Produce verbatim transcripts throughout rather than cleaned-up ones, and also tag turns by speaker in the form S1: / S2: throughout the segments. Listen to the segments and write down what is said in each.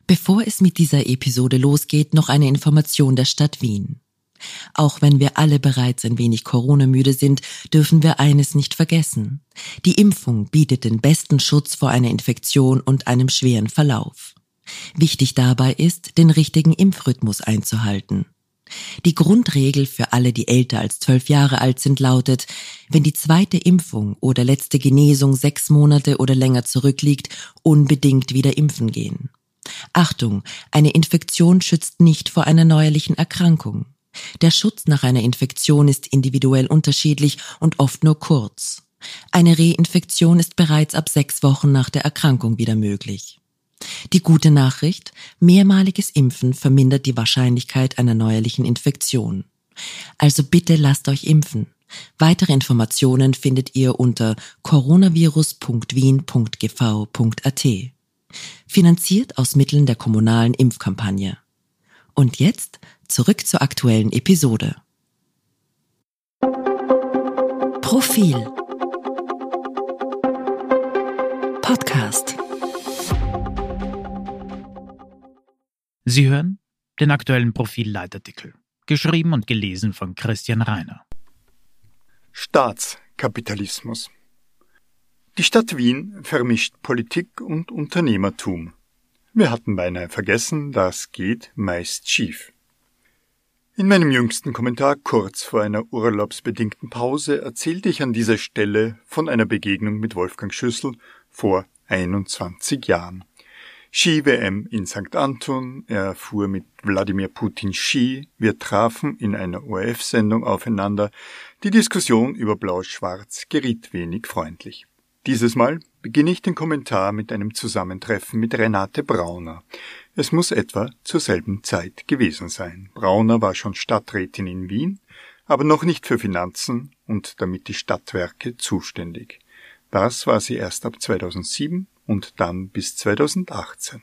S1: Bevor es mit dieser Episode losgeht, noch eine Information der Stadt Wien. Auch wenn wir alle bereits ein wenig Corona-müde sind, dürfen wir eines nicht vergessen. Die Impfung bietet den besten Schutz vor einer Infektion und einem schweren Verlauf. Wichtig dabei ist, den richtigen Impfrhythmus einzuhalten. Die Grundregel für alle, die älter als zwölf Jahre alt sind, lautet: Wenn die zweite Impfung oder letzte Genesung sechs Monate oder länger zurückliegt, unbedingt wieder impfen gehen. Achtung, eine Infektion schützt nicht vor einer neuerlichen Erkrankung. Der Schutz nach einer Infektion ist individuell unterschiedlich und oft nur kurz. Eine Reinfektion ist bereits ab sechs Wochen nach der Erkrankung wieder möglich. Die gute Nachricht: Mehrmaliges Impfen vermindert die Wahrscheinlichkeit einer neuerlichen Infektion. Also bitte lasst euch impfen. Weitere Informationen findet ihr unter coronavirus punkt wien punkt g v punkt a t. Finanziert aus Mitteln der kommunalen Impfkampagne. Und jetzt zurück zur aktuellen Episode. Profil Podcast.
S2: Sie hören den aktuellen Profil-Leitartikel, geschrieben und gelesen von Christian Reiner.
S3: Staatskapitalismus. Die Stadt Wien vermischt Politik und Unternehmertum. Wir hatten beinahe vergessen, das geht meist schief. In meinem jüngsten Kommentar kurz vor einer urlaubsbedingten Pause erzählte ich an dieser Stelle von einer Begegnung mit Wolfgang Schüssel vor einundzwanzig Jahren. Ski-W M in Sankt Anton, er fuhr mit Wladimir Putin Ski, wir trafen in einer O R F-Sendung aufeinander, die Diskussion über Blau-Schwarz geriet wenig freundlich. Dieses Mal beginne ich den Kommentar mit einem Zusammentreffen mit Renate Brauner. Es muss etwa zur selben Zeit gewesen sein. Brauner war schon Stadträtin in Wien, aber noch nicht für Finanzen und damit die Stadtwerke zuständig. Das war sie erst ab zweitausendsieben und dann bis zweitausendachtzehn.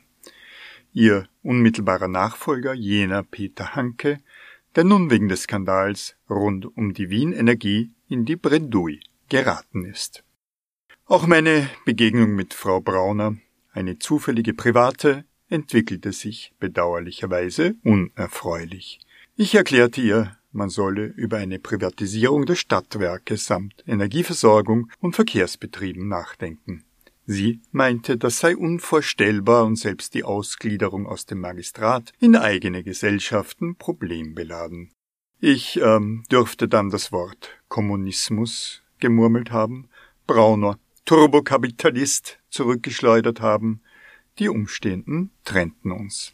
S3: Ihr unmittelbarer Nachfolger, jener Peter Hanke, der nun wegen des Skandals rund um die Wien Energie in die Bredouille geraten ist. Auch meine Begegnung mit Frau Brauner, eine zufällige private, entwickelte sich bedauerlicherweise unerfreulich. Ich erklärte ihr, man solle über eine Privatisierung der Stadtwerke samt Energieversorgung und Verkehrsbetrieben nachdenken. Sie meinte, das sei unvorstellbar und selbst die Ausgliederung aus dem Magistrat in eigene Gesellschaften problembeladen. Ich ähm, dürfte dann das Wort Kommunismus gemurmelt haben, Brauner Turbokapitalist zurückgeschleudert haben. Die Umstehenden trennten uns.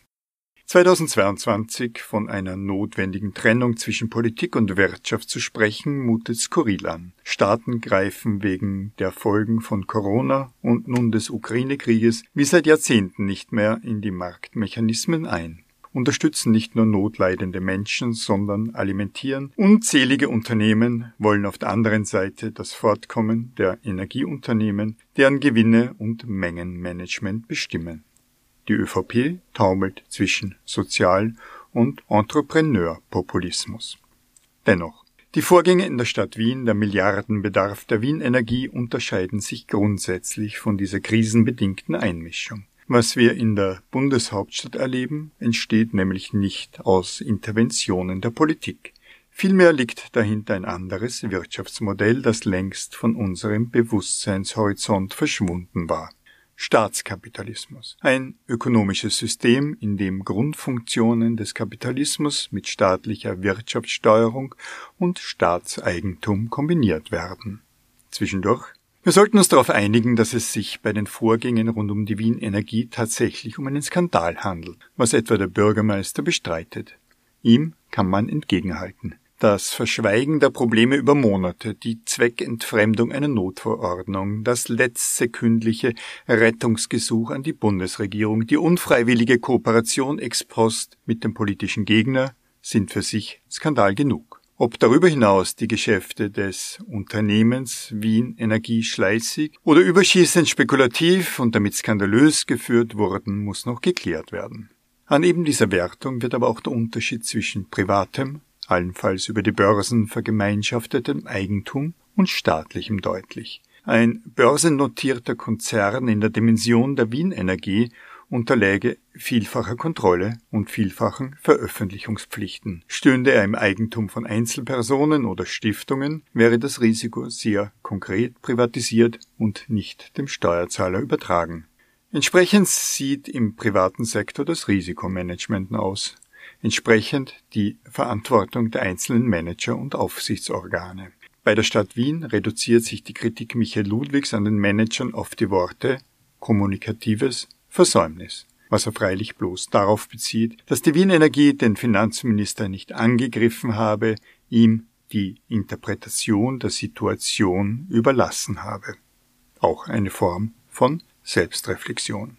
S3: zweitausendzweiundzwanzig von einer notwendigen Trennung zwischen Politik und Wirtschaft zu sprechen, mutet skurril an. Staaten greifen wegen der Folgen von Corona und nun des Ukraine-Krieges wie seit Jahrzehnten nicht mehr in die Marktmechanismen ein, unterstützen nicht nur notleidende Menschen, sondern alimentieren unzählige Unternehmen, wollen auf der anderen Seite das Fortkommen der Energieunternehmen, deren Gewinne und Mengenmanagement bestimmen. Die ÖVP taumelt zwischen Sozial- und Entrepreneurpopulismus. Dennoch, die Vorgänge in der Stadt Wien, der Milliardenbedarf der Wien Energie unterscheiden sich grundsätzlich von dieser krisenbedingten Einmischung. Was wir in der Bundeshauptstadt erleben, entsteht nämlich nicht aus Interventionen der Politik. Vielmehr liegt dahinter ein anderes Wirtschaftsmodell, das längst von unserem Bewusstseinshorizont verschwunden war. Staatskapitalismus. Ein ökonomisches System, in dem Grundfunktionen des Kapitalismus mit staatlicher Wirtschaftssteuerung und Staatseigentum kombiniert werden. Zwischendurch: Wir sollten uns darauf einigen, dass es sich bei den Vorgängen rund um die Wien Energie tatsächlich um einen Skandal handelt, was etwa der Bürgermeister bestreitet. Ihm kann man entgegenhalten. Das Verschweigen der Probleme über Monate, die Zweckentfremdung einer Notverordnung, das letztsekündliche Rettungsgesuch an die Bundesregierung, die unfreiwillige Kooperation ex post mit dem politischen Gegner sind für sich Skandal genug. Ob darüber hinaus die Geschäfte des Unternehmens Wien Energie schleißig oder überschießend spekulativ und damit skandalös geführt wurden, muss noch geklärt werden. An eben dieser Wertung wird aber auch der Unterschied zwischen privatem, allenfalls über die Börsen vergemeinschaftetem Eigentum und staatlichem deutlich. Ein börsennotierter Konzern in der Dimension der Wien Energie unterläge vielfacher Kontrolle und vielfachen Veröffentlichungspflichten. Stünde er im Eigentum von Einzelpersonen oder Stiftungen, wäre das Risiko sehr konkret privatisiert und nicht dem Steuerzahler übertragen. Entsprechend sieht im privaten Sektor das Risikomanagement aus. Entsprechend die Verantwortung der einzelnen Manager und Aufsichtsorgane. Bei der Stadt Wien reduziert sich die Kritik Michael Ludwigs an den Managern auf die Worte kommunikatives Versäumnis, was er freilich bloß darauf bezieht, dass die Wien Energie den Finanzminister nicht angegriffen habe, ihm die Interpretation der Situation überlassen habe. Auch eine Form von Selbstreflexion.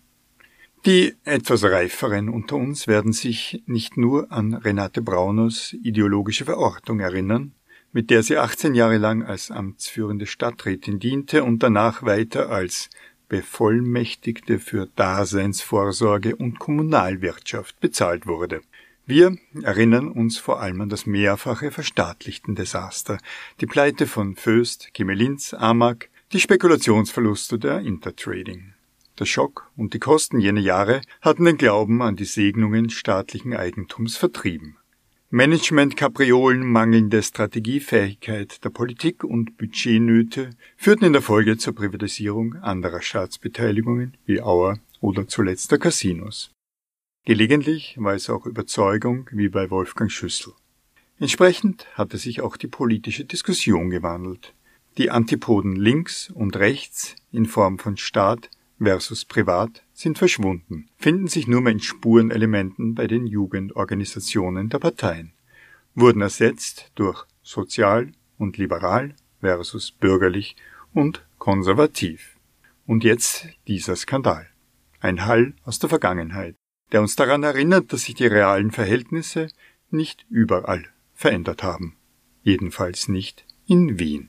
S3: Die etwas Reiferen unter uns werden sich nicht nur an Renate Brauners ideologische Verortung erinnern, mit der sie achtzehn Jahre lang als amtsführende Stadträtin diente und danach weiter als Bevollmächtigte für Daseinsvorsorge und Kommunalwirtschaft bezahlt wurde. Wir erinnern uns vor allem an das mehrfache verstaatlichten Desaster, die Pleite von Voest, Gemelinz, Amag, die Spekulationsverluste der Intertrading. Der Schock und die Kosten jener Jahre hatten den Glauben an die Segnungen staatlichen Eigentums vertrieben. Management-Kapriolen, mangelnde Strategiefähigkeit der Politik und Budgetnöte führten in der Folge zur Privatisierung anderer Staatsbeteiligungen wie Auer oder zuletzt der Casinos. Gelegentlich war es auch Überzeugung wie bei Wolfgang Schüssel. Entsprechend hatte sich auch die politische Diskussion gewandelt. Die Antipoden links und rechts in Form von Staat versus Privat sind verschwunden, finden sich nur mehr in Spurenelementen bei den Jugendorganisationen der Parteien, wurden ersetzt durch sozial und liberal versus bürgerlich und konservativ. Und jetzt dieser Skandal. Ein Hall aus der Vergangenheit, der uns daran erinnert, dass sich die realen Verhältnisse nicht überall verändert haben. Jedenfalls nicht in Wien.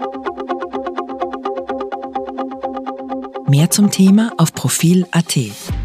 S1: Mehr zum Thema auf Profil punkt at.